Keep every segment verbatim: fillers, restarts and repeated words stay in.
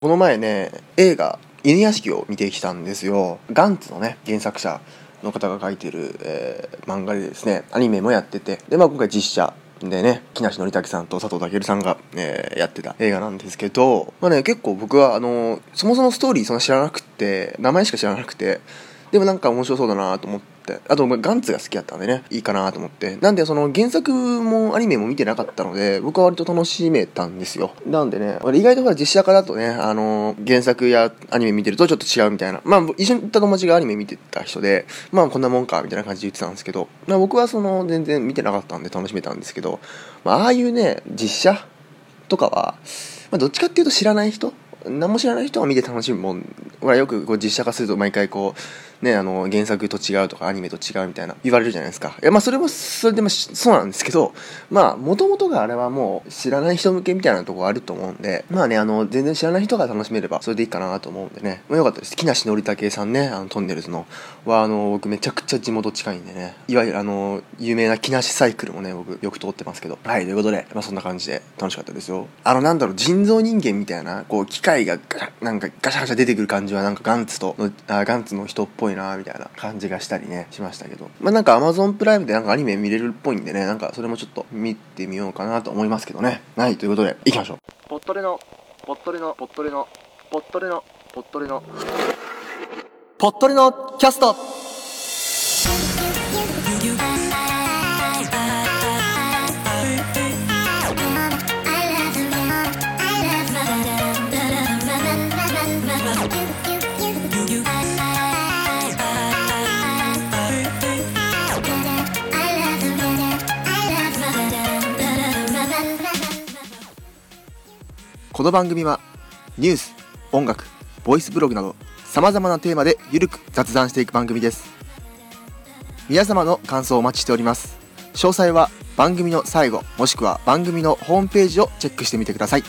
この前ね、映画犬屋敷を見てきたんですよ。ガンツのね、原作者の方が書いてる、えー、漫画でですね、アニメもやってて、でまあ今回実写でね、木梨憲武さんと佐藤健さんが、えー、やってた映画なんですけど、まあね、結構僕はあのー、そもそもストーリーそんな知らなくて、名前しか知らなくて、でもなんか面白そうだなと思って、あとガンツが好きだったんでね、いいかなと思って、なんでその原作もアニメも見てなかったので、僕は割と楽しめたんですよ。なんでね、意外とほら実写化だとね、あのー、原作やアニメ見てるとちょっと違うみたいな、まあ一緒に行った友達がアニメ見てた人で、まあこんなもんかみたいな感じで言ってたんですけど、まあ、僕はその全然見てなかったんで楽しめたんですけど、まあああいうね実写とかは、まあ、どっちかっていうと知らない人何も知らない人が見て楽しむもん。ほらよくこう実写化すると毎回こうね、あの原作と違うとかアニメと違うみたいな言われるじゃないですか。いやまあそれもそれでもそうなんですけど、まあ元々があれはもう知らない人向けみたいなところあると思うんで、まあねあの全然知らない人が楽しめればそれでいいかなと思うんでね、まあ、よかったです。木梨憲武さんね、あのトンネルズのはあの僕めちゃくちゃ地元近いんでね、いわゆるあの有名な木梨サイクルもね僕よく通ってますけど、はい、ということで、まあ、そんな感じで楽しかったですよ。あのなんだろう、人造人間みたいなこう機械がなんかガシャガシャ出てくる感じはなんかガンツとあガンツの人っぽいなみたいな感じがしたりねしましたけど、まあなんか Amazon プライムでなんかアニメ見れるっぽいんでね、なんかそれもちょっと見てみようかなと思いますけどね。はい、ということで行きましょう。ポットレのポットレのポットレのポットレのポットレのポットレのキャスト。この番組はニュース、音楽、ボイスブログなど様々なテーマでゆるく雑談していく番組です。皆様の感想をお待ちしております。詳細は番組の最後もしくは番組のホームページをチェックしてみてください。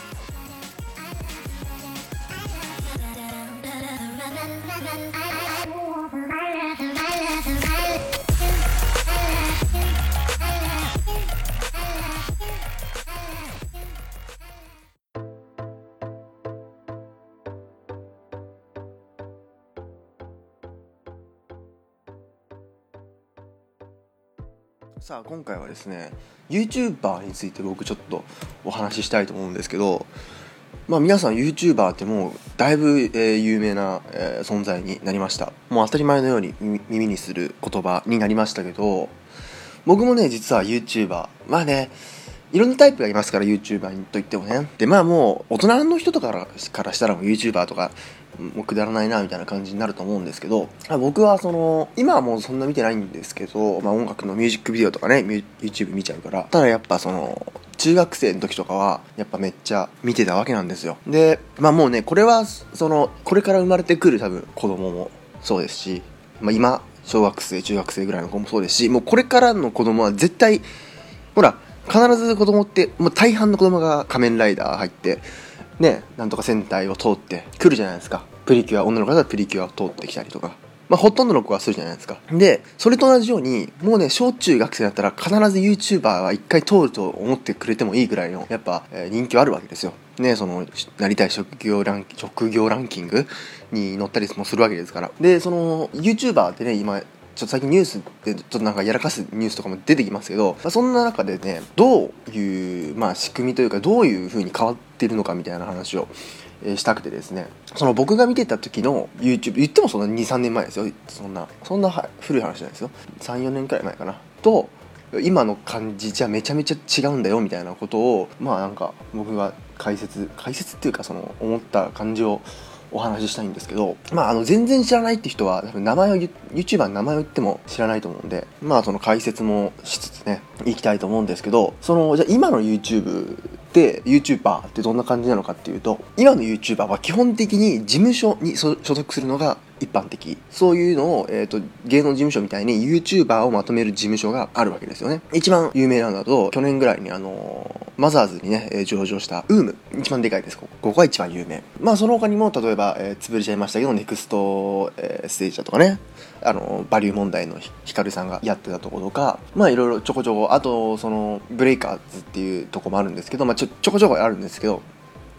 さあ今回はですね YouTuber について僕ちょっとお話ししたいと思うんですけど、まあ皆さん YouTuber ってもうだいぶ、えー、有名な、えー、存在になりました。もう当たり前のように耳にする言葉になりましたけど、僕もね実は YouTuber まあねいろんなタイプがいますから YouTuber といってもね。でまあもう大人の人とかからからしたらもう YouTuber とかもうくだらないなみたいな感じになると思うんですけど、僕はその今はもうそんな見てないんですけど、まあ、音楽のミュージックビデオとかね YouTube 見ちゃうから、ただやっぱその中学生の時とかはやっぱめっちゃ見てたわけなんですよ。でまあもうねこれはそのこれから生まれてくる多分子供もそうですし、まあ、今小学生中学生ぐらいの子もそうですし、もうこれからの子供は絶対ほら必ず子供ってもう大半の子供が仮面ライダー入ってね、なんとか戦隊を通ってくるじゃないですか。プリキュア女の子だったらプリキュアを通ってきたりとか、まあほとんどの子はするじゃないですか。でそれと同じようにもうね小中学生だったら必ず YouTuber は一回通ると思ってくれてもいいぐらいのやっぱ、えー、人気はあるわけですよね。そのなりたい職業ラン職業ランキングに載ったりもするわけですから。でその YouTuber ってね今ちょっと最近ニュースでちょっとなんかやらかすニュースとかも出てきますけど、まあ、そんな中でねどういう、まあ、仕組みというかどういう風に変わっているのかみたいな話を、えー、したくてですね、その僕が見てた時の YouTube 言ってもそんな にさんねんまえですよ。そんなそんな古い話じゃないですよ。さんよねんくらい前かなと今の感じじゃめちゃめちゃ違うんだよみたいなことをまあなんか僕が解説解説っていうかその思った感じをお話ししたいんですけど、まああの全然知らないって人は多分名前を YouTuber の名前を言っても知らないと思うんで、まあその解説もしつつねいきたいと思うんですけど、そのじゃあ今の YouTube で YouTuber ってどんな感じなのかっていうと、今の YouTuber は基本的に事務所に所属するのが一般的。そういうのを、えーと、芸能事務所みたいに YouTuber をまとめる事務所があるわけですよね。一番有名なのだと去年ぐらいにあのー、マザーズにね、えー、上場した ウーム 一番でかいです。こここが一番有名。まあその他にも例えば、えー、潰れちゃいましたけどネクスト、えー、ステージだとかね、あのバリュー問題のヒカルさんがやってたところとか、まあいろいろちょこちょこ、あとそのブレイカーズっていうとこもあるんですけど、まあちょちょこちょこあるんですけど、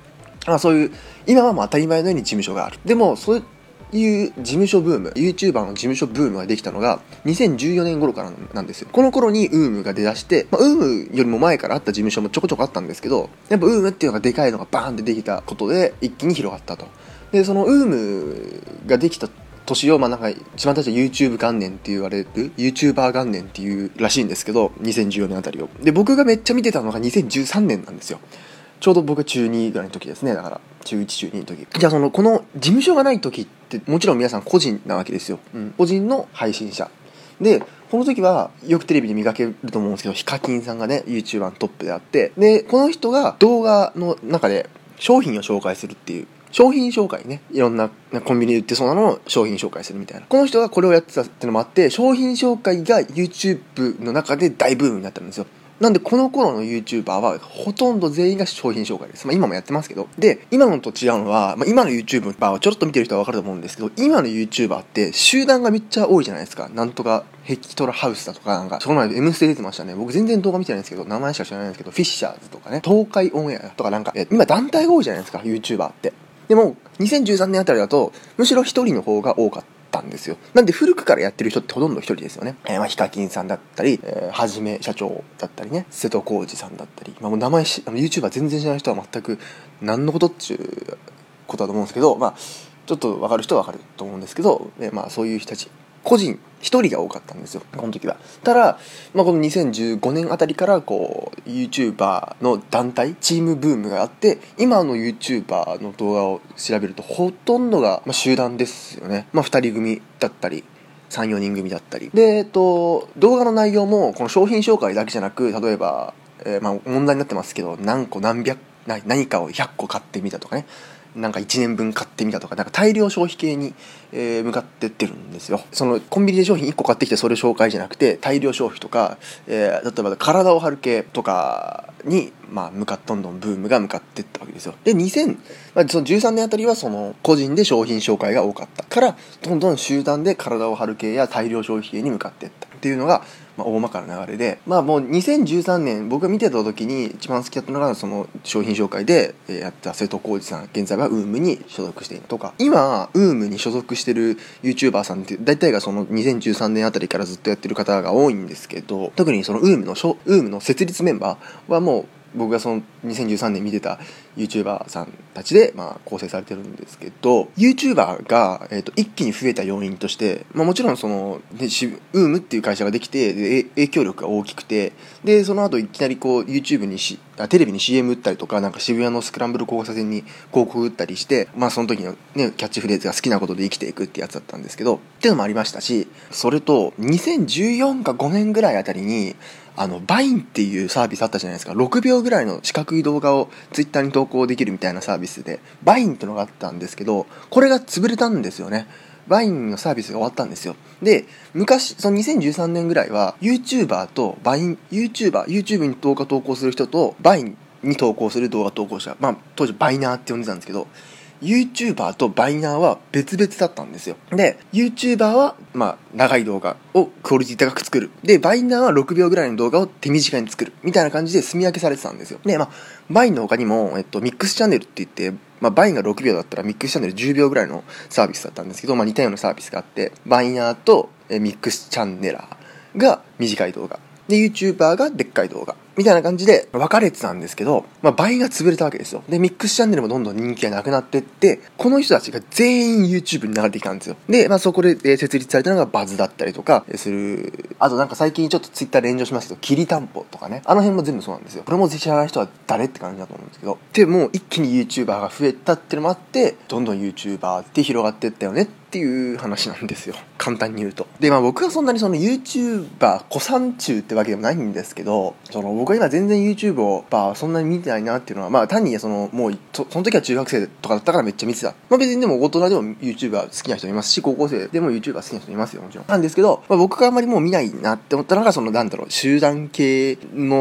まあ、そういう今はもう当たり前のように事務所がある。でもそういう事務所ブーム、 YouTuber の事務所ブームができたのがにせんじゅうよねん頃からなんですよ。この頃に ウーム が出だして、まあ、ウーム よりも前からあった事務所もちょこちょこあったんですけど、やっぱ ウーム っていうのがでかいのがバーンってできたことで一気に広がったと。でその ウーム ができた年を、まあ、なんか一番たちは YouTube 元年って言われる YouTuber 元年っていうらしいんですけど、にせんじゅうよねんあたりを。で僕がめっちゃ見てたのがにせんじゅうさんねんなんですよ。ちょうど僕がちゅうにぐらいの時ですね。だからちゅういち、ちゅうにの時。じゃあそのこの事務所がない時ってもちろん皆さん個人なわけですよ、うん、個人の配信者で、この時はよくテレビで見かけると思うんですけど、ヒカキンさんがね YouTuber のトップであって、でこの人が動画の中で商品を紹介するっていう、商品紹介ね、いろんなコンビニで売ってそうなのを商品紹介するみたいな、この人がこれをやってたっていうのもあって、商品紹介が YouTube の中で大ブームになったんですよ。なんでこの頃の YouTuber はほとんど全員が商品紹介です。まあ今もやってますけど。で、今のと違うのは、まあ、今の YouTuber をちょろっと見てる人は分かると思うんですけど、今の YouTuber って集団がめっちゃ多いじゃないですか。なんとかヘキトラハウスだとか、なんかその前 M ステ出てましたね。僕全然動画見てないんですけど、名前しか知らないんですけど、フィッシャーズとかね、東海オンエアとか、なんか今団体が多いじゃないですか YouTuber って。でもにせんじゅうさんねんあたりだとむしろ一人の方が多かったたんですよ。なんで古くからやってる人ってほとんど一人ですよね。えー、まあヒカキンさんだったり、えー、はじめ社長だったりね、瀬戸康史さんだったり、まあ、もう名前しあの YouTuber 全然知らない人は全く何のことっていうことだと思うんですけど、まあちょっと分かる人は分かると思うんですけど、えー、まあそういう人たち個人一人が多かったんですよ、この時は。ただ、まあ、このにせんじゅうごねんあたりからこう YouTuber の団体チームブームがあって、今の YouTuber の動画を調べるとほとんどが、まあ、集団ですよね。まあ、ふたり組だったりさん、よにん組だったりで、えっと、動画の内容もこの商品紹介だけじゃなく、例えば、えー、まあ問題になってますけど、何個何百何かをひゃっこ買ってみたとかね、なんかいちねんぶん買ってみたとか、なんか大量消費系に、えー、向かってってるんですよ。そのコンビニで商品いっこ買ってきてそれ紹介じゃなくて、大量消費とか、えー、例えば体を張る系とかに、まあ、向かっどんどんブームが向かっていったわけですよ。でにせん、まあ、そのじゅうさんねんあたりはその個人で商品紹介が多かったから、どんどん集団で体を張る系や大量消費系に向かっていったっていうのが、まあ、大まかな流れで、まあもうにせんじゅうさんねん僕が見てた時に一番好きだったのがその商品紹介でやった瀬戸康史さん、現在は ウーム に所属しているとか、今 ウーム に所属してる YouTuber さんって大体がそのにせんじゅうさんねんあたりからずっとやってる方が多いんですけど、特にその ウーム の ウーム の設立メンバーはもう僕がそのにせんじゅうさんねん見てた YouTuber さんたちで、まあ、構成されてるんですけど、 YouTuber が、えーと、一気に増えた要因として、まあ、もちろんその、ね、ウーム っていう会社ができて、で影響力が大きくて、でその後いきなりこう YouTube にしあテレビに シーエム 打ったりとか、なんか渋谷のスクランブル交差点に広告打ったりして、まあその時のねキャッチフレーズが好きなことで生きていくってやつだったんですけど、っていうのもありましたし、それとにせんじゅうよんかごねんぐらいあたりにあのバインっていうサービスあったじゃないですか。ろくびょうぐらいの四角い動画をツイッターに投稿できるみたいなサービスで、バインってのがあったんですけど、これが潰れたんですよね。バインのサービスが終わったんですよ。で、昔、そのにせんじゅうさんねんぐらいは YouTuber とバイン、YouTuber、YouTube に動画投稿する人とバインに投稿する動画投稿者、まあ当時バイナーって呼んでたんですけど、YouTuber とバイナーは別々だったんですよ。で、YouTuber は、まあ、長い動画をクオリティ高く作る。で、バイナーはろくびょうぐらいの動画を手短に作る。みたいな感じで住み分けされてたんですよ。で、まあ、バインの他にも、えっと、ミックスチャンネルって言って、まあ、バインがろくびょうだったらミックスチャンネルじゅうびょうぐらいのサービスだったんですけど、まあ、似たようなサービスがあって、バイナーとえミックスチャンネラーが短い動画。で、YouTuber がでっかい動画。みたいな感じで分かれてたんですけど、まあ、倍が潰れたわけですよ。で、ミックスチャンネルもどんどん人気がなくなってって、この人たちが全員 YouTube に流れてきたんですよ。で、まあ、そこで、えー、設立されたのがバズだったりとかする。あとなんか最近ちょっと Twitter で炎上しますけど、きりたんぽとかね。あの辺も全部そうなんですよ。これも知らない人は誰って感じだと思うんですけど。で、もう一気に YouTuber が増えたっていうのもあって、どんどん YouTuber って広がっていったよねっていう話なんですよ。簡単に言うと。で、まあ僕はそんなにその YouTuber 古参中ってわけでもないんですけど、その僕は今全然 YouTube YouTube をそんなに見てないなっていうのは、まあ単にそのもうその時は中学生とかだったからめっちゃ見てた。まあ別にでも大人でも YouTuber 好きな人いますし、高校生でも YouTuber 好きな人いますよ、もちろん。なんですけど、まあ、僕があまりもう見ないなって思ったのが、そのなんだろう、集団系の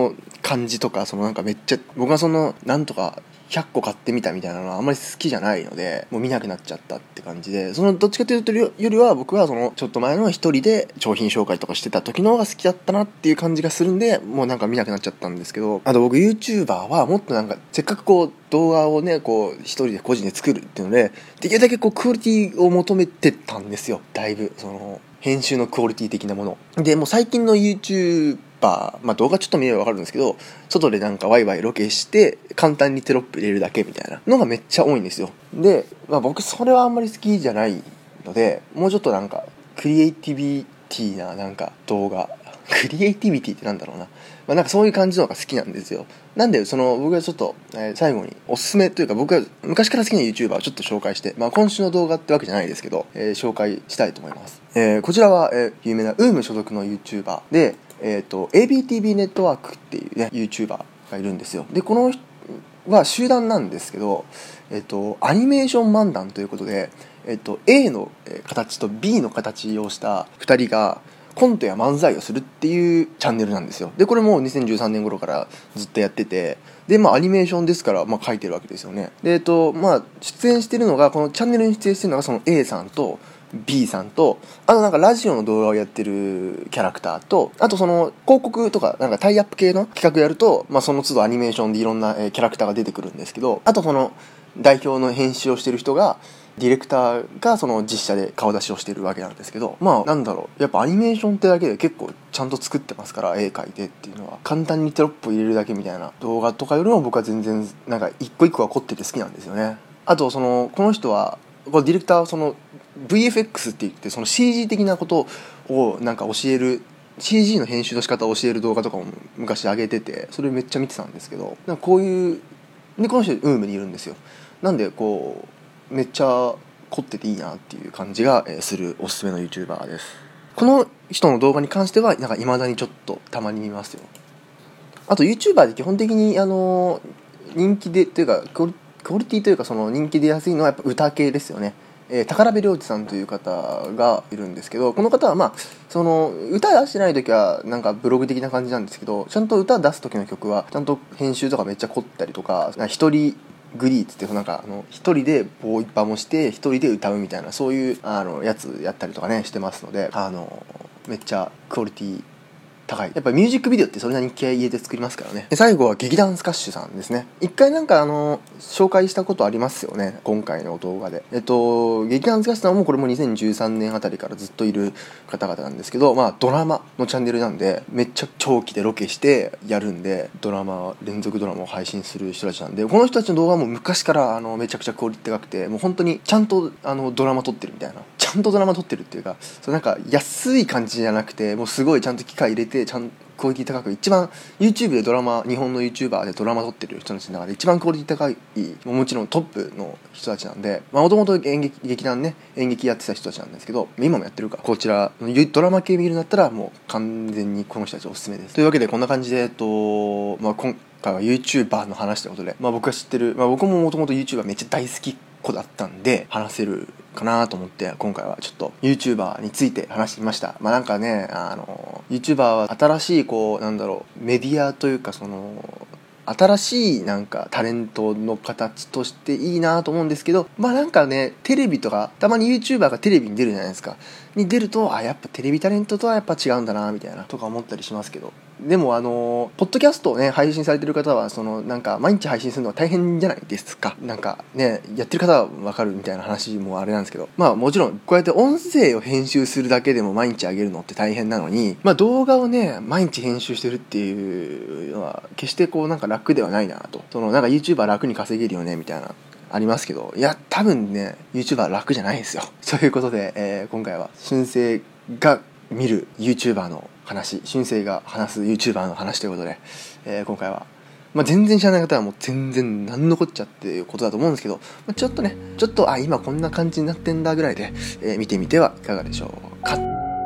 感じとか、そのなんかめっちゃ僕がそのなんとかひゃっこ買ってみたみたいなのはあんまり好きじゃないので、もう見なくなっちゃったって感じで、そのどっちかというとよりは僕はそのちょっと前の一人で商品紹介とかしてた時の方が好きだったなっていう感じがするんで、もうなんか見なくなっちゃったんですけど、あと僕 YouTuber はもっとなんかせっかくこう動画をねこう一人で個人で作るっていうので、できるだけこうクオリティを求めてたんですよ。だいぶその編集のクオリティ的なもので、もう最近の YouTuber、まあ動画ちょっと見れば分かるんですけど、外でなんかワイワイロケして簡単にテロップ入れるだけみたいなのがめっちゃ多いんですよ。で、まあ、僕それはあんまり好きじゃないので、もうちょっとなんかクリエイティビティななんか動画クリエイティビティってなんだろうな、まあ、なんかそういう感じのが好きなんですよ。なんでその僕がちょっと、えー、最後におすすめというか、僕が昔から好きな YouTuber をちょっと紹介して、まあ今週の動画ってわけじゃないですけど、えー、紹介したいと思います。えー、こちらは、えー、有名な ウーム 所属の YouTuber で、えーと エービーティービー ネットワークっていうね YouTuber がいるんですよ。でこの人は集団なんですけど、えーとアニメーション漫談ということで、えーと A の形と ビー の形をしたふたりがコントや漫才をするっていうチャンネルなんですよ。でこれもにせんじゅうさんねん頃からずっとやってて、でまあアニメーションですから、まあ、書いてるわけですよね。でえっとまあ出演してるのが、このチャンネルに出演してるのがその A さんと B さんと、あとなんかラジオの動画をやってるキャラクターと、あとその広告とかなんかタイアップ系の企画やると、まあ、その都度アニメーションでいろんなキャラクターが出てくるんですけど、あとその代表の編集をしてる人が、ディレクターがその実写で顔出しをしてるわけなんですけど、まあなんだろう、やっぱアニメーションってだけで結構ちゃんと作ってますから、絵描いてっていうのは簡単にテロップ入れるだけみたいな動画とかよりも僕は全然なんか一個一個が凝ってて好きなんですよね。あとそのこの人はこのディレクターはその ブイエフエックス って言って、その シージー 的なことをなんか教える シージー の編集の仕方を教える動画とかも昔上げてて、それめっちゃ見てたんですけど、なんかこういうでこの人ウームにいるんですよ。なんでこうめっちゃ凝ってていいなっていう感じがするおすすめの YouTuber です。この人の動画に関してはなんか未だにちょっとたまに見ますよ。あと YouTuber で基本的にあの人気でというかクオリティというか、その人気出やすいのはやっぱ歌系ですよね。えー、宝部良二さんという方がいるんですけど、この方はまあその歌出してない時はなんかブログ的な感じなんですけど、ちゃんと歌出す時の曲はちゃんと編集とかめっちゃ凝ったりとか、一人グリーっつってなんかあの一人で棒一般もして一人で歌うみたいな、そういうあのやつやったりとかねしてますので、あのめっちゃクオリティ高い。やっぱミュージックビデオってそれなりに気合い入れて作りますからね。で最後は劇団スカッシュさんですね。一回なんかあの紹介したことありますよね、今回の動画で。えっと劇団スカッシュさんもこれもにせんじゅうさんねんあたりからずっといる方々なんですけど、まあドラマのチャンネルなんでめっちゃ長期でロケしてやるんで、ドラマ連続ドラマを配信する人たちなんで、この人たちの動画も昔からあのめちゃくちゃクオリティ高くて、もう本当にちゃんとあのドラマ撮ってるみたいな、ちゃんとドラマ撮ってるっていうか、それなんか安い感じじゃなくて、もうすごいちゃんと機械入れてちゃんクオリティ高く、一番 YouTube でドラマ、日本の YouTuber でドラマ撮ってる人たちの中で一番クオリティ高い、もちろんトップの人たちなんで、もともと演劇劇団ね演劇やってた人たちなんですけど、今もやってるか、こちらドラマ系見るんだったらもう完全にこの人たちおすすめです。というわけでこんな感じで、えっとまあ、今回は YouTuber の話ということで、まあ、僕が知ってる、まあ、僕ももともと YouTuber めっちゃ大好き子だったんで話せるかなと思って、今回はちょっと YouTuber について話してみました。まあなんかね、あの YouTuber は新しいこうなんだろうメディアというか、その新しいなんかタレントの形としていいなと思うんですけど、まあなんかねテレビとかたまに YouTuber がテレビに出るじゃないですか。に出ると、あやっぱテレビタレントとはやっぱ違うんだなみたいなとか思ったりしますけど、でもあのポッドキャストをね配信されてる方はそのなんか毎日配信するのは大変じゃないですか。なんかねやってる方は分かるみたいな話もあれなんですけど、まあもちろんこうやって音声を編集するだけでも毎日上げるのって大変なのに、まあ動画をね毎日編集してるっていうのは決してこうなんか楽ではないなと。そのなんか YouTuber 楽に稼げるよねみたいなありますけど、いや多分ね YouTuber 楽じゃないですよ。ということで、えー、今回は春生が見る YouTuber の話、春生が話す YouTuber の話ということで、えー、今回は、まあ、全然知らない方はもう全然何のこっちゃっていうことだと思うんですけど、まあ、ちょっとねちょっとあ今こんな感じになってんだぐらいで、えー、見てみてはいかがでしょうか。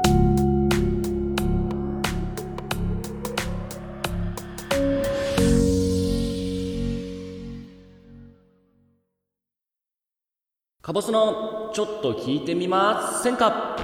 カボスのちょっと聞いてみませんか。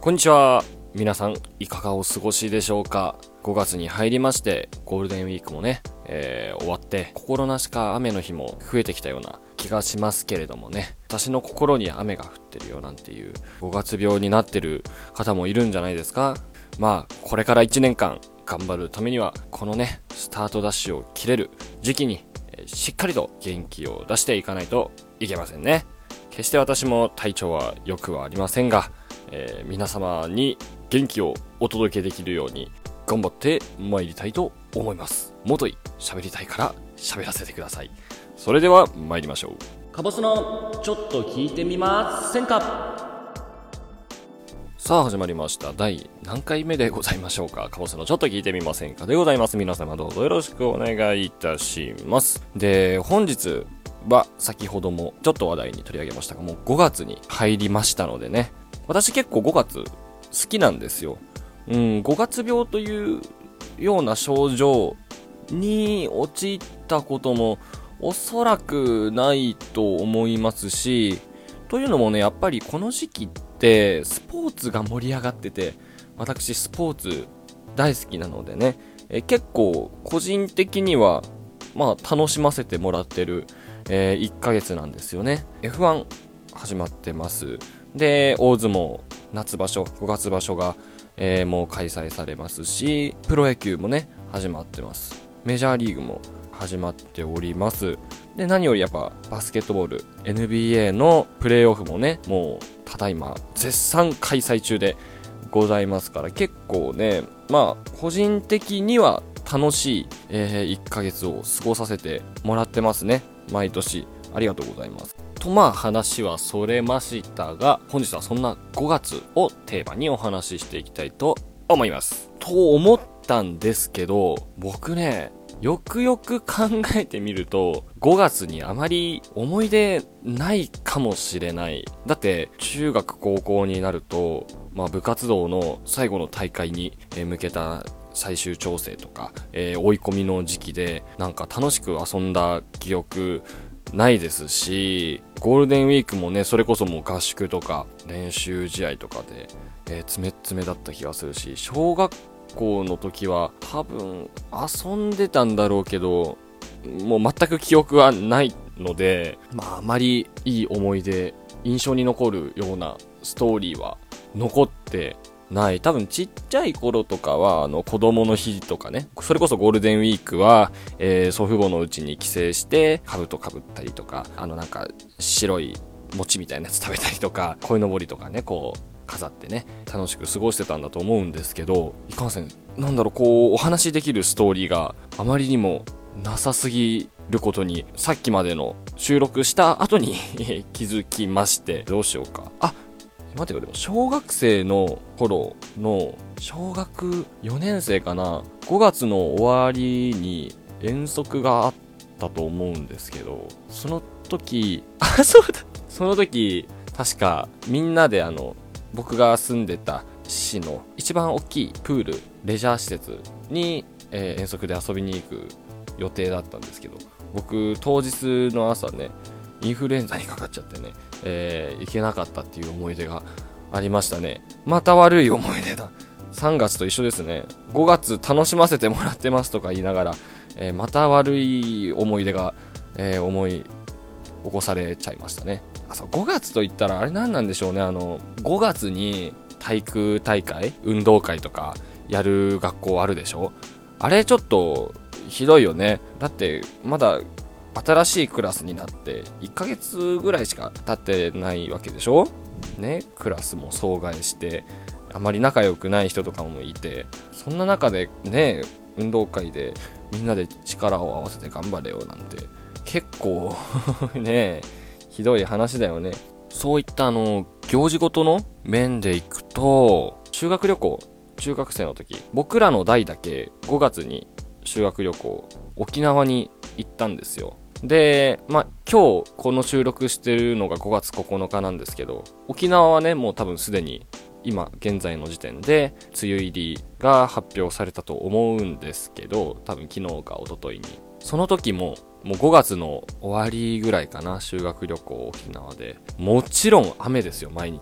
こんにちは。皆さんいかがお過ごしでしょうか。ごがつに入りましてゴールデンウィークもね、えー、終わって心なしか雨の日も増えてきたような気がしますけれどもね、私の心に雨が降ってるよなんていうごがつ病になってる方もいるんじゃないですか。まあこれからいちねんかん頑張るためにはこのねスタートダッシュを切れる時期に、えー、しっかりと元気を出していかないといけませんね。決して私も体調は良くはありませんが、えー、皆様に元気をお届けできるように頑張って参りたいと思います。もとい喋りたいから喋らせてください。それでは参りましょう。カボスのちょっと聞いてみませんか。さあ始まりました。第何回目でございましょうか。カボスのちょっと聞いてみませんかでございます。皆様どうぞよろしくお願いいたします。で、本日は先ほどもちょっと話題に取り上げましたが、もうごがつに入りましたのでね、私結構ごがつ好きなんですよ。うん、ごがつ病というような症状に陥ったこともおそらくないと思いますし、というのもね、やっぱりこの時期ってスポーツが盛り上がってて、私スポーツ大好きなのでね、え結構個人的にはまあ楽しませてもらってる、えー、いっかげつなんですよね。 エフワン 始まってます。で、大相撲夏場所ごがつ場所が、えー、もう開催されますし、プロ野球もね始まってます。メジャーリーグも始まっております。で、何よりやっぱバスケットボール エヌビーエー のプレーオフもね、もうただいま絶賛開催中でございますから、結構ね、まあ個人的には楽しい、えー、いっかげつを過ごさせてもらってますね。毎年ありがとうございます。と、まあ話はそれましたが、本日はそんなごがつをテーマにお話ししていきたいと思います。と思ったんですけど、僕ね、よくよく考えてみるとごがつにあまり思い出ないかもしれない。だって中学高校になると、まあ部活動の最後の大会に向けた最終調整とか、えー、追い込みの時期でなんか楽しく遊んだ記憶ないですし、ゴールデンウィークもね、それこそもう合宿とか練習試合とかで、えー、詰め詰めだった気がするし、小学校の時は多分遊んでたんだろうけど、もう全く記憶はないので、まああまりいい思い出、印象に残るようなストーリーは残ってない。多分ちっちゃい頃とかはあの子供の日とかね、それこそゴールデンウィークは、えー、祖父母の家に帰省して兜かぶったりとか、あのなんか白い餅みたいなやつ食べたりとか、鯉のぼりとかねこう飾ってね楽しく過ごしてたんだと思うんですけど、いかんせんなんだろう、こうお話しできるストーリーがあまりにもなさすぎることに、さっきまでの収録した後に気づきまして、どうしようか。あ、待ってよ、でも小学生の頃の小学よねん生かな、ごがつの終わりに遠足があったと思うんですけど、その時あそうだその時確かみんなであの僕が住んでた市の一番大きいプールレジャー施設に、えー、遠足で遊びに行く予定だったんですけど、僕当日の朝ねインフルエンザにかかっちゃってね、えー、行けなかったっていう思い出がありましたね。また悪い思い出だ。さんがつと一緒ですね。ごがつ楽しませてもらってますとか言いながら、えー、また悪い思い出が、えー、思い起こされちゃいましたね。あ、そう、ごがつと言ったらあれ何なんでしょうね。あのごがつに体育大会、運動会とかやる学校あるでしょ。あれちょっとひどいよね。だってまだ新しいクラスになっていっかげつぐらいしか経ってないわけでしょね。クラスも総替えしてあまり仲良くない人とかもいて、そんな中でね運動会でみんなで力を合わせて頑張れよなんて結構ねひどい話だよね。そういったあの行事ごとの面でいくと、修学旅行、中学生の時僕らの代だけごがつに修学旅行沖縄に行ったんですよ。で、まあ、今日この収録してるのがごがつここのかなんですけど、沖縄はねもう多分すでに今現在の時点で梅雨入りが発表されたと思うんですけど、多分昨日か一昨日に、その時ももうごがつの終わりぐらいかな、修学旅行沖縄で、もちろん雨ですよ毎日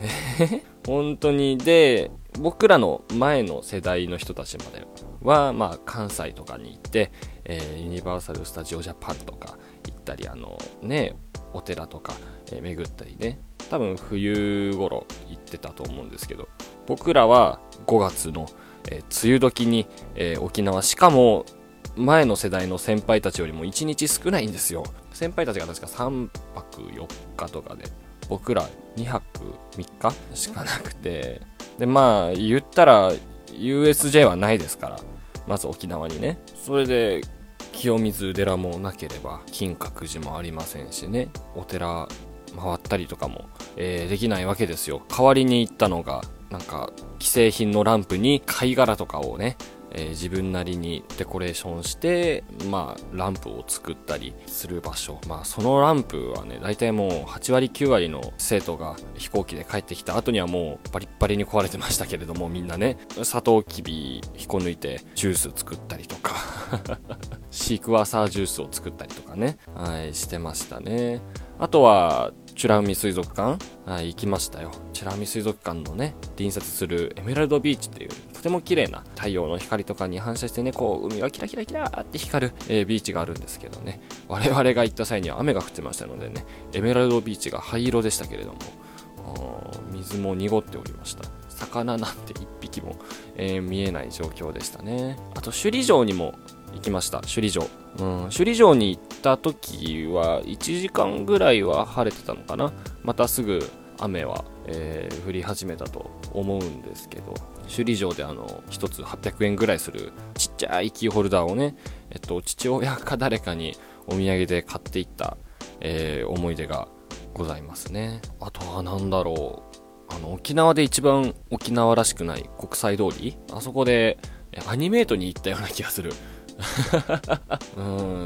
本当に。で、僕らの前の世代の人たちまでは、まあ、関西とかに行って、えー、ユニバーサル・スタジオ・ジャパンとか行ったり、あのね、お寺とか、えー、巡ったりね、多分冬頃行ってたと思うんですけど、僕らはごがつの、えー、梅雨時に、えー、沖縄、しかも前の世代の先輩たちよりもいちにち少ないんですよ。先輩たちが確かさんぱくよっかとかで、僕らにはくみっかしかなくて、でまあ言ったら ユーエスジェー はないですから、まず沖縄にね。それで清水寺もなければ金閣寺もありませんしね、お寺回ったりとかも、えー、できないわけですよ。代わりに行ったのがなんか既製品のランプに貝殻とかをね、えー、自分なりにデコレーションして、まあランプを作ったりする場所。まあそのランプはね、大体もうはちわりきゅうわりの生徒が飛行機で帰ってきた後にはもうバリッバリに壊れてましたけれども、みんなね、サトウキビ引っこ抜いてジュース作ったりとかシークワーサージュースを作ったりとかね、はいしてましたね。あとは美ら海水族館、はい、行きましたよ。美ら海水族館のね、隣接するエメラルドビーチっていうとても綺麗な太陽の光とかに反射してね、こう海がキラキラキラーって光る、えー、ビーチがあるんですけどね、我々が行った際には雨が降ってましたのでね、エメラルドビーチが灰色でしたけれども、水も濁っておりました。魚なんて一匹も、えー、見えない状況でしたね。あと首里城にも行きました。首里城、うん、首里城に行った時はいちじかんぐらいは晴れてたのかな。またすぐ雨は、えー、降り始めたと思うんですけど、首里城であの一つはっぴゃくえんぐらいするちっちゃいキーホルダーをね、えっと父親か誰かにお土産で買っていった、えー、思い出がございますね。あとはなんだろう、あの沖縄で一番沖縄らしくない国際通り、あそこでアニメートに行ったような気がするうん、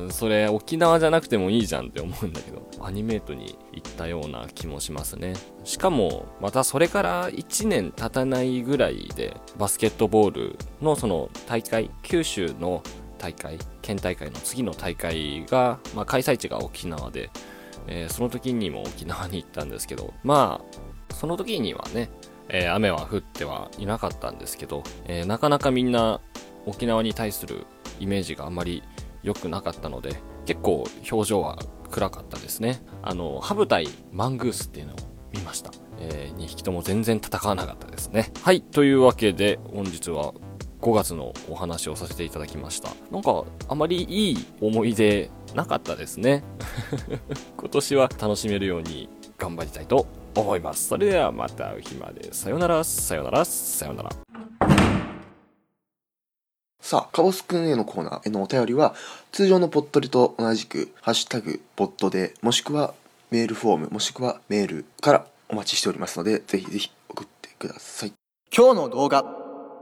それ沖縄じゃなくてもいいじゃんって思うんだけど、アニメートに行ったような気もしますね。しかもまたそれからいちねん経たないぐらいでバスケットボールのその大会、九州の大会、県大会の次の大会が、まあ、開催地が沖縄で、えー、その時にも沖縄に行ったんですけど、まあその時にはね、えー、雨は降ってはいなかったんですけど、えー、なかなかみんな沖縄に対するイメージがあまり良くなかったので、結構表情は暗かったですね。あのハブ対マングースっていうのを見ました。えー、にひきとも全然戦わなかったですね。はい、というわけで本日はごがつのお話をさせていただきました。なんかあまりいい思い出なかったですね今年は楽しめるように頑張りたいと思います。それではまた会う日まで。さよならさよならさよなら。 さあ、カボスくんへのコーナーへのお便りは、通常のポットリと同じく、ハッシュタグ、ポットで、もしくはメールフォーム、もしくはメールからお待ちしておりますので、ぜひぜひ送ってください。今日の動画。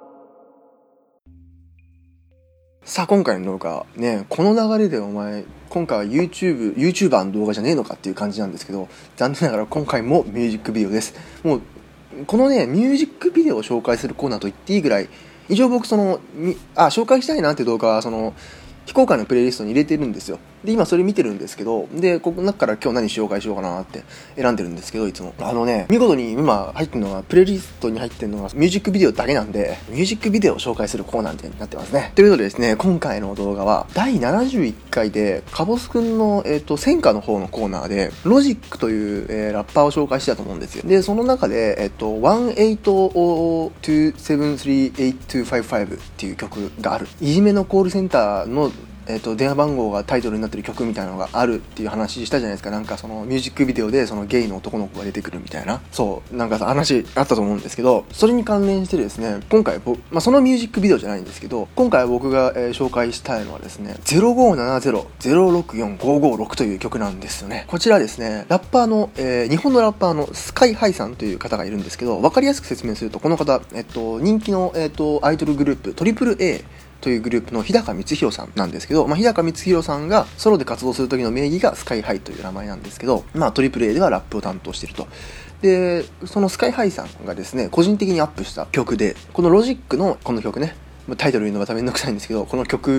さあ、今回の動画、ね、この流れでお前、今回は YouTube、YouTuber の動画じゃねえのかっていう感じなんですけど、残念ながら今回もミュージックビデオです。もう、このね、ミュージックビデオを紹介するコーナーと言っていいぐらい、一応僕そのあ紹介したいなって動画はその非公開のプレイリストに入れてるんですよ。で今それ見てるんですけど、でここの中から今日何紹介しようかなって選んでるんですけど、いつもあのね見事に今入ってるのがプレイリストに入ってるのがミュージックビデオだけなんで、ミュージックビデオを紹介するコーナーみたいになってますね。ということでですね、今回の動画はだいななじゅういっかいでカボスくんの、えー、と戦果の方のコーナーでロジックという、えー、ラッパーを紹介してたと思うんですよ。でその中で、えー、とワンエイトゼロツーセブンスリーエイトツーファイブファイブっていう曲がある。いじめのコールセンターのえー、と電話番号がタイトルになってる曲みたいなのがあるっていう話したじゃないですか。なんかそのミュージックビデオでそのゲイの男の子が出てくるみたいな、そうなんかさ話あったと思うんですけど、それに関連してですね、今回僕、まあ、そのミュージックビデオじゃないんですけど、今回僕が、えー、紹介したいのはですね ゼロごーななゼロゼロろくよんごーごーろく という曲なんですよね。こちらですね、ラッパーの、えー、日本のラッパーのスカイハイさんという方がいるんですけど、分かりやすく説明するとこの方、えっと、人気の、えっと、アイドルグループ トリプルエーというグループの日高光弘さんなんですけど、まあ、日高光弘さんがソロで活動する時の名義がスカイハイという名前なんですけど、まあ、トリプル A ではラップを担当していると。でそのスカイハイさんがですね個人的にアップした曲で、このロジックのこの曲ね、タイトル言うのがためんどくさいんですけど、この曲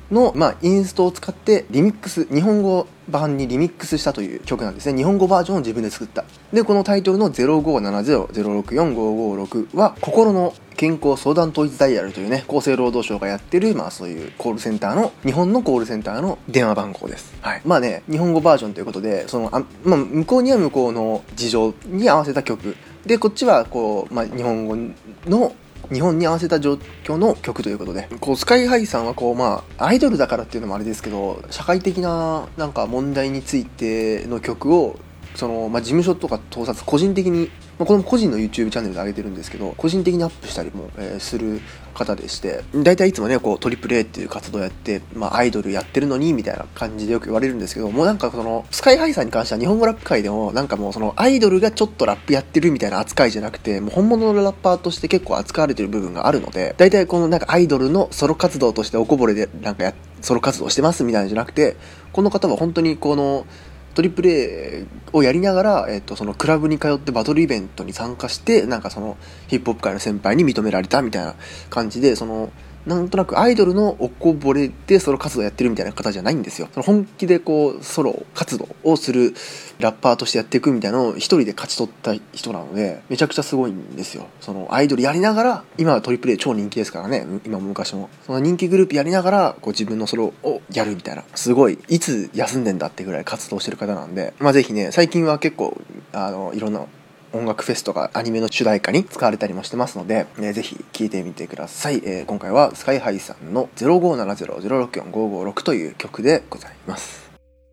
の、まあ、インストを使ってリミックス、日本語版にリミックスしたという曲なんですね。日本語バージョンを自分で作った。で、このタイトルのゼロごーななゼロ ゼロろくよん ごーごーろくは心の健康相談統一ダイヤルというね、厚生労働省がやってる、まあそういうコールセンターの、日本のコールセンターの電話番号です。はい。まあね、日本語バージョンということで、その、あまあ、向こうには向こうの事情に合わせた曲。で、こっちはこう、まあ日本語の日本に合わせた状況の曲ということで、こうスカイハイさんはこう、まあアイドルだからっていうのもあれですけど、社会的ななんか問題についての曲をその、まあ、事務所とか盗撮個人的に、まあ、この個人の YouTube チャンネルで上げてるんですけど、個人的にアップしたりも、えー、する方でして、大体いつもねこうトリプル A っていう活動やって、まあ、アイドルやってるのにみたいな感じでよく言われるんですけど、もうなんかそのスカイハイさんに関しては日本語ラップ界でもなんかもうそのアイドルがちょっとラップやってるみたいな扱いじゃなくて、もう本物のラッパーとして結構扱われてる部分があるので、大体このなんかアイドルのソロ活動としておこぼれでなんかやソロ活動してますみたいなのじゃなくて、この方は本当にこのトリプル A をやりながら、えっと、そのクラブに通ってバトルイベントに参加して、なんかそのヒップホップ界の先輩に認められたみたいな感じで、そのなんとなくアイドルのおこぼれでソロ活動やってるみたいな方じゃないんですよ。その本気でこうソロ活動をするラッパーとしてやっていくみたいなのを一人で勝ち取った人なので、めちゃくちゃすごいんですよ。そのアイドルやりながら、今はトリプル A 超人気ですからね、今も昔も。その人気グループやりながらこう自分のソロをやるみたいな、すごいいつ休んでんだってぐらい活動してる方なんで、まあぜひね、最近は結構あのいろんな音楽フェスとかアニメの主題歌に使われたりもしてますので、えー、ぜひ聴いてみてください。えー、今回はスカイハイさんの ゼロごーななゼロ ゼロろくよん ごーごーろく という曲でございます。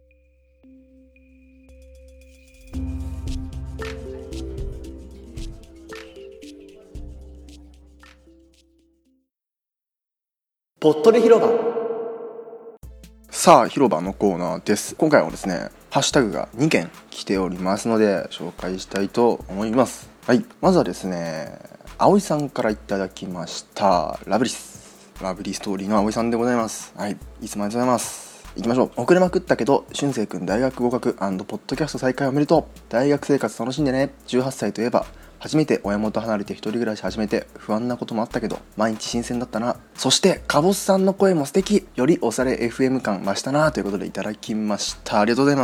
ぽっとり広場。さあ、広場のコーナーです。今回はですね、ハッシュタグがにけん来ておりますので紹介したいと思います。はい、まずはですね、葵さんからいただきました。ラブリスラブリーストーリーの葵さんでございます。はい、いつもありがとうございます。行きましょう。遅れまくったけど俊生くん大学合格&ポッドキャスト再開おめでとう。大学生活楽しんでね。じゅうはっさいといえば初めて親元離れて一人暮らし始めて不安なこともあったけど毎日新鮮だったな。そしてカボスさんの声も素敵。よりおしゃれ エフエム 感増したなということでいただきました。ありがとうございます。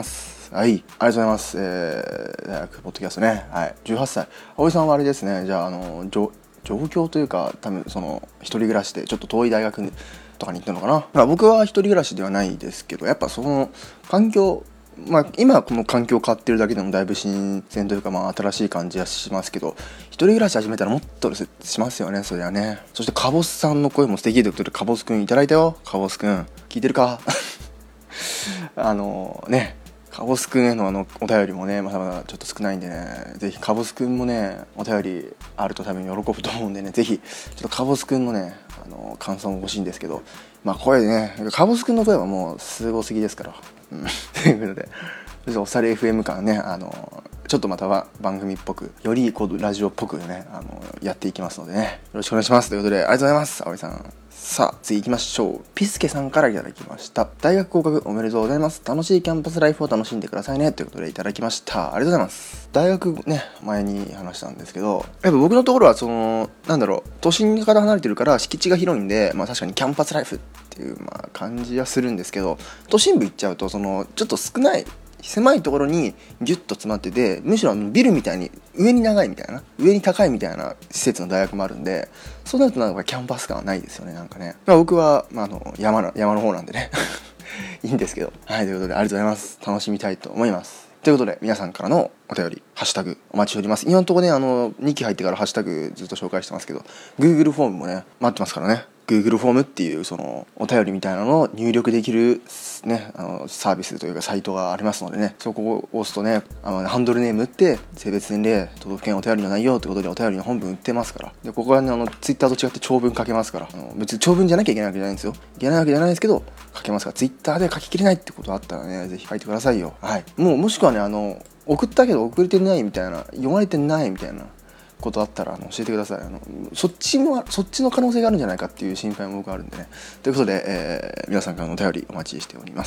はい、ありがとうございます。えー、大学ポッドキャストね。はい、じゅうはっさい。葵さんはあれですね。じゃああの状況というか多分その一人暮らしでちょっと遠い大学とかに行ったのかな。まあ、僕は一人暮らしではないですけど、やっぱその環境、まあ、今この環境変わってるだけでもだいぶ新鮮というか、まあ新しい感じはしますけど、一人暮らし始めたらもっとしますよね、それはね。そしてカボスさんの声も素敵ということで、カボスくんいただいたよ。カボスくん聞いてるかあのね、カボスくんへのあのお便りもね、まだまだちょっと少ないんでね、ぜひカボスくんもねお便りあると多分喜ぶと思うんでね、ぜひちょっとカボスくんのねあの感想も欲しいんですけど、まあ声でね、カボスくんの声はもうすごすぎですから、うん、ということで、そしておしゃれ エフエム 感ね、あのちょっとまたは番組っぽく、よりこうラジオっぽくね、あのやっていきますのでね、よろしくお願いしますということで、ありがとうございます。葵さん。さあ次行きましょう。ピスケさんからいただきました。大学合格おめでとうございます。楽しいキャンパスライフを楽しんでくださいねということでいただきました。ありがとうございます。大学ね、前に話したんですけど、やっぱ僕のところはそのなんだろう、都心から離れてるから敷地が広いんで、まあ確かにキャンパスライフっていうまあ感じはするんですけど、都心部行っちゃうとそのちょっと少ない狭いところにギュッと詰まってて、むしろビルみたいに上に長いみたいな、上に高いみたいな施設の大学もあるんで、そうなるとなんかキャンパス感はないですよね、なんかね。まあ、僕は、まあ、あの山の山の方なんでねいいんですけど、はい、ということでありがとうございます。楽しみたいと思います。ということで皆さんからのお便りハッシュタグお待ちしております。今のところね、あのにき入ってからハッシュタグずっと紹介してますけど、 Google フォームもね待ってますからね。Google フォームっていうそのお便りみたいなのを入力できる、ね、あのサービスというかサイトがありますのでね、そこを押すとね、あのハンドルネーム打って性別年齢都道府県お便りの内容ということでお便りの本文売ってますから、でここはね、あの Twitter と違って長文書けますから、あの別に長文じゃなきゃいけないわけじゃないんですよ。いけないわけじゃないですけど書けますから、Twitter で書ききれないってことあったらね、ぜひ書いてくださいよ。はい、もうもしくはね、あの送ったけど送れてないみたいな、読まれてないみたいなことあったらあの教えてください。あのそっちもそっちの可能性があるんじゃないかっていう心配も僕はあるんでね。ということで、えー、皆さんからのお便りお待ちしております。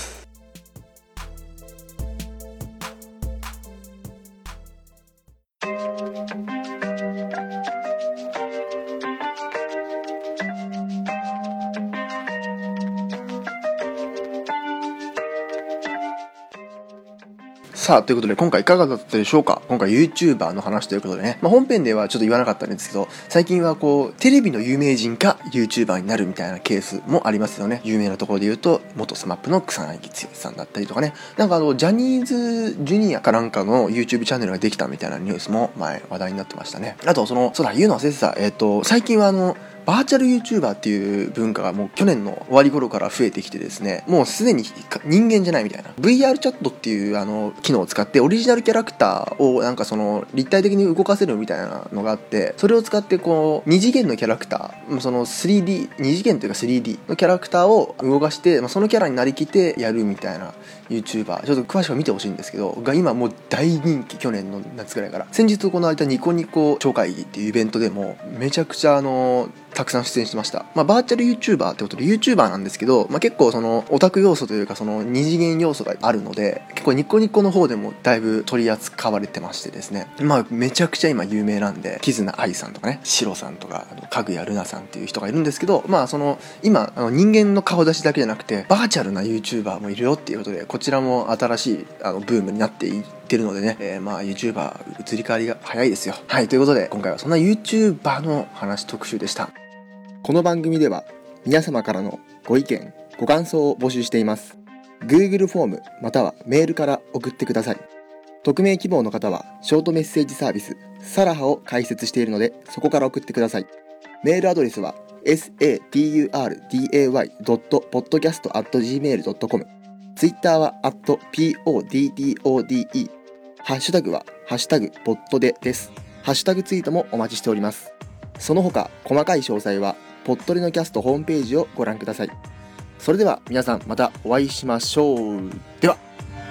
さあということで今回いかがだったでしょうか。今回 YouTuber の話ということでね、まあ、本編ではちょっと言わなかったんですけど、最近はこうテレビの有名人が YouTuber になるみたいなケースもありますよね。有名なところで言うと元スマップの草薙剛さんだったりとかね、なんかあのジャニーズジュニアかなんかの YouTube チャンネルができたみたいなニュースも前話題になってましたね。あとそのそうだ言うの忘れてた、えっと最近はあのバーチャル YouTuber っていう文化がもう去年の終わり頃から増えてきてですね、もうすでに人間じゃないみたいな ブイアール チャットっていうあの機能を使ってオリジナルキャラクターをなんかその立体的に動かせるみたいなのがあって、それを使ってこうに次元のキャラクター、その スリーディー に次元というか スリーディー のキャラクターを動かして、まあ、そのキャラになりきってやるみたいな YouTuber ちょっと詳しく見てほしいんですけどが今もう大人気。去年の夏ぐらいから先日行われたニコニコ超会議っていうイベントでもめちゃくちゃあのたくさん出演してました。まあ、バーチャル YouTuber ってことで YouTuber なんですけど、まあ、結構そのオタク要素というかその二次元要素があるので結構ニコニコの方でもだいぶ取り扱われてましてですね、まあめちゃくちゃ今有名なんで、キズナアイさんとかね、シロさんとかかぐやルナさんっていう人がいるんですけど、まあその今あの人間の顔出しだけじゃなくてバーチャルな YouTuber もいるよっていうことで、こちらも新しいあのブームになっていってるのでね、えー、まあ YouTuber 移り変わりが早いですよ。はい、ということで今回はそんな YouTuber の話特集でした。この番組では皆様からのご意見ご感想を募集しています。 Google フォームまたはメールから送ってください。匿名希望の方はショートメッセージサービスサラハを開設しているのでそこから送ってください。メールアドレスは サタダイ ドットポッドキャスト アット ジーメール ドットコム、 ツイッターは アット ピーオーディーディーオーディーイー、 ハッシュタグはハッシュタグポッドでです。ハッシュタグツイートもお待ちしております。その他細かい詳細はポッドレのキャストホームページをご覧ください。それでは皆さんまたお会いしましょう。では。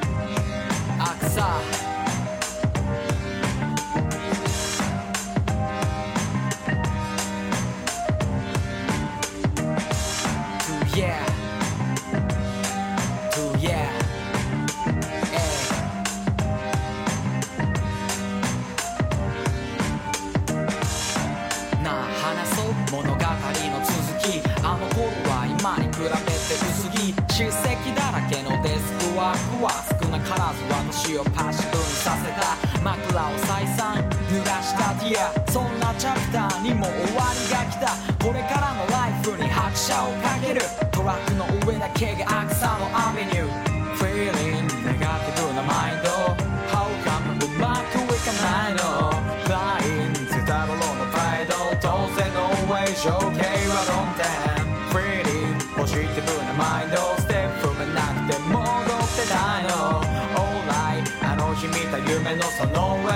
物語の続き、あの頃は今に比べて薄着、叱責だらけのデスクワークは少なからず私をパッシブにさせた。枕を再三濡らしたディア、そんなチャプターにも終わりが来た。これからのライフに拍車をかける、トラックの上だけが草のアベニュー。 Feeling ネガティブなマインド、 How come うまくいかないの、フラインゼタロロの態度、当然の情景は論点、フリーにポジティブなマインド、ステップがなくて戻ってないの。 Alright あの日見た夢のその